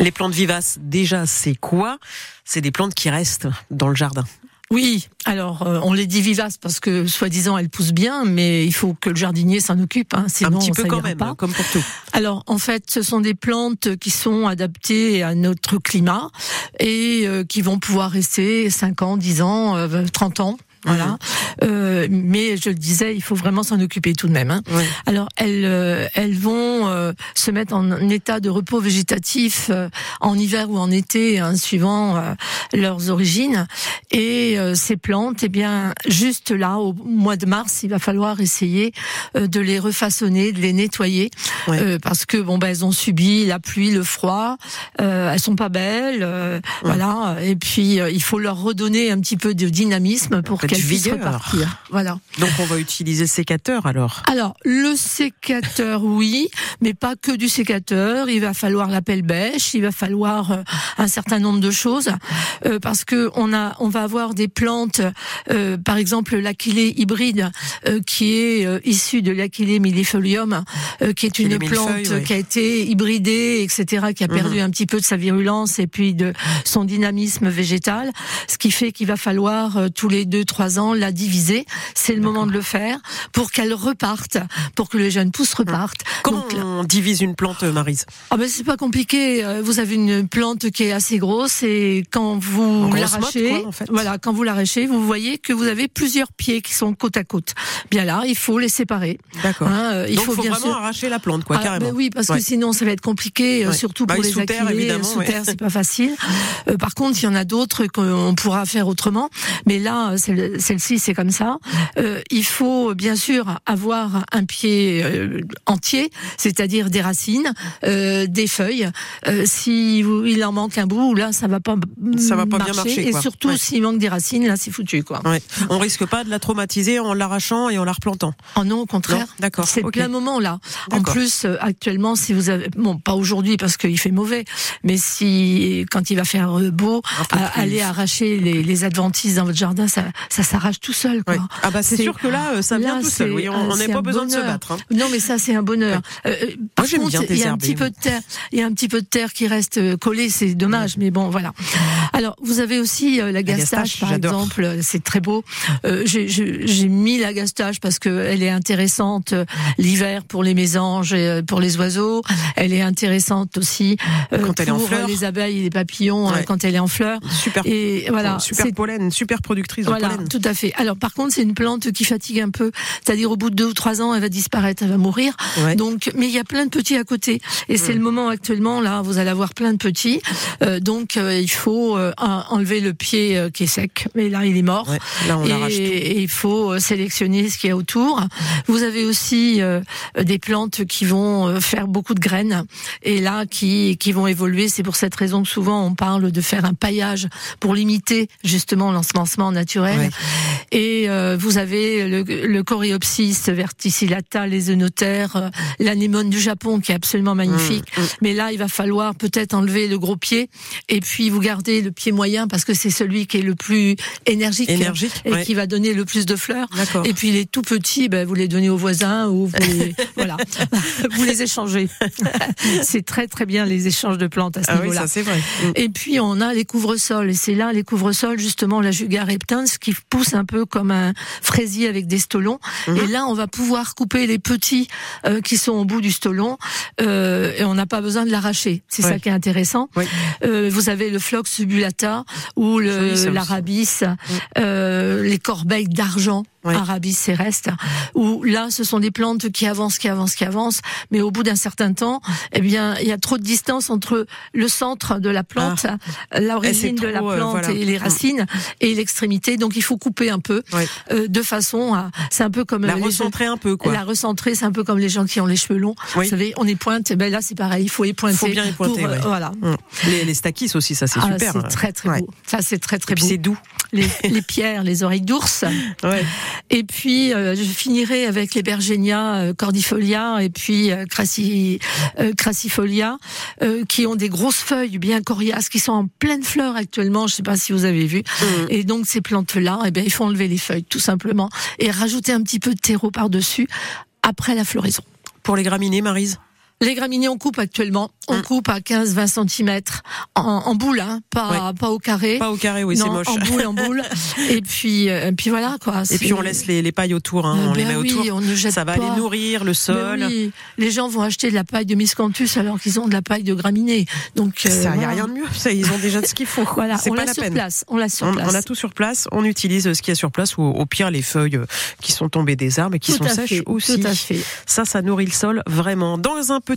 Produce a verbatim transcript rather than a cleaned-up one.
Les plantes vivaces, déjà, c'est quoi ? C'est des plantes qui restent dans le jardin. Oui, alors euh, on les dit vivaces parce que soi-disant elles poussent bien, mais il faut que le jardinier s'en occupe, hein, sinon un petit peu ça quand ira même, pas. comme pour tout. Alors en fait, ce sont des plantes qui sont adaptées à notre climat et euh, qui vont pouvoir rester cinq ans, dix ans, euh, trente ans. Voilà, mmh. euh, mais je le disais, il faut vraiment s'en occuper tout de même. Hein. Oui. Alors elles, euh, elles vont euh, se mettre en état de repos végétatif euh, en hiver ou en été, hein, suivant euh, leurs origines. Et euh, ces plantes, eh bien, juste là, au mois de mars, il va falloir essayer euh, de les refaçonner, de les nettoyer, oui. euh, parce que bon, ben, elles ont subi la pluie, le froid, euh, elles sont pas belles, euh, oui. voilà. Et puis euh, il faut leur redonner un petit peu de dynamisme pour qu'elles puissent repartir. Voilà. Donc on va utiliser le sécateur alors. Alors le sécateur, oui, mais pas que du sécateur. Il va falloir la pelle bêche, il va falloir euh, un certain nombre de choses euh, parce que on a, on va avoir des plantes, euh, par exemple l'achillée hybride, euh, qui est euh, issue de l'achillée millefolium, euh, qui est une plante oui. qui a été hybridée, et cetera, qui a perdu mmh. un petit peu de sa virulence et puis de son dynamisme végétal, ce qui fait qu'il va falloir euh, tous les deux, trois ans la diviser. C'est le D'accord. moment de le faire pour qu'elle reparte, pour que les jeunes pousses repartent. Comment Donc, on divise une plante, Maryse ? Ah ben c'est pas compliqué. Vous avez une plante qui est assez grosse et quand vous en l'arrachez, motte, quoi, en fait. voilà, quand vous l'arrachez, vous voyez que vous avez plusieurs pieds qui sont côte à côte. Bien là, il faut les séparer. D'accord. Hein, il Donc faut, faut bien vraiment sûr arracher la plante, quoi, ah, carrément. Ben oui, parce ouais. que sinon ça va être compliqué, ouais. surtout bah, pour les sous terre, achillées. Sous ouais. terre, c'est pas facile. Euh, par contre, il y en a d'autres qu'on pourra faire autrement. Mais là, celle, celle-ci, c'est comme ça. Euh, il faut bien sûr avoir un pied euh, entier, c'est-à-dire des racines, euh, des feuilles. Euh, si vous, il en manque un bout, là, ça va pas, ça va pas marcher. bien marcher. Et quoi. surtout, ouais. s'il manque des racines, là, c'est foutu, quoi. Ouais. On risque pas de la traumatiser en l'arrachant et en la replantant. Oh non, au contraire. Non D'accord. C'est okay. plein moment là. D'accord. En plus, euh, actuellement, si vous avez, bon, pas aujourd'hui parce qu'il fait mauvais, mais si quand il va faire beau, à, aller arracher les, les adventices dans votre jardin, ça, ça s'arrache tout seul, quoi. Ouais. Ah bah c'est, c'est sûr que là, ça vient là, tout seul. Oui, on n'a pas besoin bonheur. de se battre. Hein. Non, mais ça, c'est un bonheur. Ouais. Euh, par Moi, contre, il y a un petit peu de terre, il y a un petit peu de terre qui reste collée, c'est dommage, ouais. mais bon, voilà. Alors, vous avez aussi euh, la gastache, par j'adore. exemple, c'est très beau. Euh, j'ai, j'ai, j'ai mis la gastache parce que elle est intéressante euh, l'hiver pour les mésanges et pour les oiseaux. Elle est intéressante aussi euh, quand elle pour est en fleur. les abeilles et les papillons ouais. euh, quand elle est en fleur. Super. Et voilà, super c'est... pollen, super productrice voilà, de pollen. Tout à fait. Alors par contre, c'est une plante qui fatigue un peu. C'est-à-dire au bout de deux ou trois ans, elle va disparaître, elle va mourir. Ouais. Donc, mais il y a plein de petits à côté. Et c'est mmh. le moment actuellement là, vous allez avoir plein de petits. Euh, donc euh, il faut euh, enlever le pied euh, qui est sec. Mais là, il est mort. Ouais. Là, on et, l'arrache tout. Et il faut sélectionner ce qu'il y a autour. Vous avez aussi euh, des plantes qui vont euh, faire beaucoup de graines et là qui qui vont évoluer. C'est pour cette raison que souvent on parle de faire un paillage pour limiter justement l'ensemencement naturel. Ouais. Et euh, vous avez le, le Coreopsis verticillata, les œnothères, euh, l'anémone du Japon qui est absolument magnifique. Mmh, mmh. Mais là, il va falloir peut-être enlever le gros pied et puis vous gardez le pied moyen parce que c'est celui qui est le plus énergique, énergique et ouais. qui va donner le plus de fleurs. D'accord. Et puis les tout petits, ben, vous les donnez aux voisins ou vous les, voilà, vous les échangez. C'est très très bien les échanges de plantes à ce ah niveau-là. Oui, ça c'est vrai. Mmh. Et puis on a les couvre-sols et c'est là les couvre-sols justement la Juga reptans qui pousse un peu comme un fraisier avec des stolons. Mmh. Et là on va pouvoir couper les petits euh, qui sont au bout du stolon euh, et on n'a pas besoin de l'arracher. C'est ouais. ça qui est intéressant. Oui. Euh, vous avez le Phlox subulata ou le l'arabis, mmh. euh, les corbeilles d'argent. Oui. Arabis céreste, où là, ce sont des plantes qui avancent, qui avancent, qui avancent, mais au bout d'un certain temps, eh bien, il y a trop de distance entre le centre de la plante, ah. l'origine trop, de la plante euh, voilà. et les racines, et l'extrémité. Donc, il faut couper un peu, oui. euh, de façon à, c'est un peu comme la les recentrer gens, un peu, quoi. La recentrer, c'est un peu comme les gens qui ont les cheveux longs. Oui. Vous savez, on épointe, et ben là, c'est pareil, il faut épointer. Il faut bien épointer, pour, ouais. euh, voilà. Mmh. Les, les stakis aussi, ça, c'est ah, super. C'est très, très ouais. beau. Ça, c'est très, très et beau. C'est doux. Les, les pierres, les oreilles d'ours. Ouais. Et puis, euh, je finirai avec les Bergenia euh, cordifolia et puis euh, crassi, euh, crassifolia, euh, qui ont des grosses feuilles bien coriaces, qui sont en pleine fleur actuellement. Je ne sais pas si vous avez vu. Mmh. Et donc, ces plantes-là, eh bien, il faut enlever les feuilles, tout simplement, et rajouter un petit peu de terreau par-dessus après la floraison. Pour les graminées, Maryse ? Les graminées, on coupe actuellement. On hum. coupe à quinze à vingt centimètres en, en boule, hein, pas, ouais. pas au carré. Pas au carré, oui, non, c'est moche. En boule, en boule. Et puis, euh, puis voilà, quoi. Et puis on laisse les, les pailles autour, hein, euh, on ben les met oui, autour. On ne jette ça va pas. aller nourrir le sol. Ben oui. Les gens vont acheter de la paille de miscanthus alors qu'ils ont de la paille de graminées. Donc, il euh, n'y a voilà. rien de mieux. Ça, ils ont déjà de ce qu'il faut. Voilà, c'est on pas l'a la sur peine. place. On l'a sur on, place. On a tout sur place. On utilise ce qu'il y a sur place ou au pire les feuilles qui sont tombées des arbres et qui tout sont sèches fait, aussi. Tout à fait. Ça, ça nourrit le sol vraiment. Dans un petit